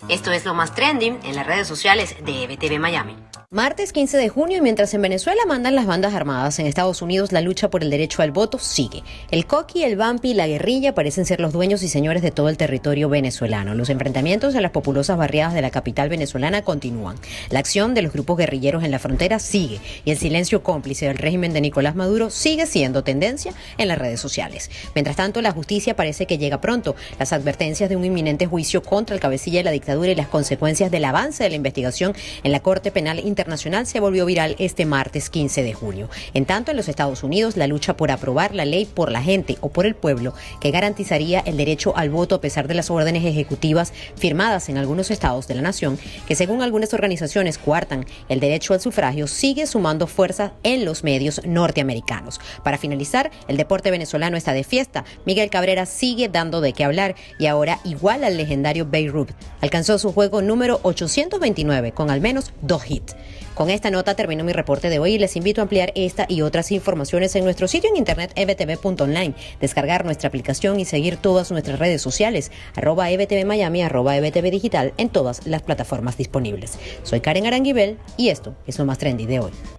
Esto es lo más trending en las redes sociales de EBTV Miami. Martes 15 de junio, y mientras en Venezuela mandan las bandas armadas, en Estados Unidos la lucha por el derecho al voto sigue. El Coqui, el Vampi y la guerrilla parecen ser los dueños y señores de todo el territorio venezolano. Los enfrentamientos en las populosas barriadas de la capital venezolana continúan. La acción de los grupos guerrilleros en la frontera sigue, y el silencio cómplice del régimen de Nicolás Maduro sigue siendo tendencia en las redes sociales. Mientras tanto, la justicia parece que llega pronto. Las advertencias de un inminente juicio contra el cabecilla de la dictadura y las consecuencias del avance de la investigación en la Corte Penal Internacional se volvió viral este martes 15 de junio. En tanto, en los Estados Unidos, la lucha por aprobar la ley por la gente o por el pueblo que garantizaría el derecho al voto a pesar de las órdenes ejecutivas firmadas en algunos estados de la nación, que según algunas organizaciones coartan el derecho al sufragio, sigue sumando fuerza en los medios norteamericanos. Para finalizar, el deporte venezolano está de fiesta. Miguel Cabrera sigue dando de qué hablar y ahora igual al legendario Babe Ruth. Alcanzó su juego número 829 con al menos 2 hits. Con esta nota termino mi reporte de hoy y les invito a ampliar esta y otras informaciones en nuestro sitio en internet ebtv.online, descargar nuestra aplicación y seguir todas nuestras redes sociales, @ebtv Miami, @ebtv Digital en todas las plataformas disponibles. Soy Karen Aranguibel y esto es lo más trendy de hoy.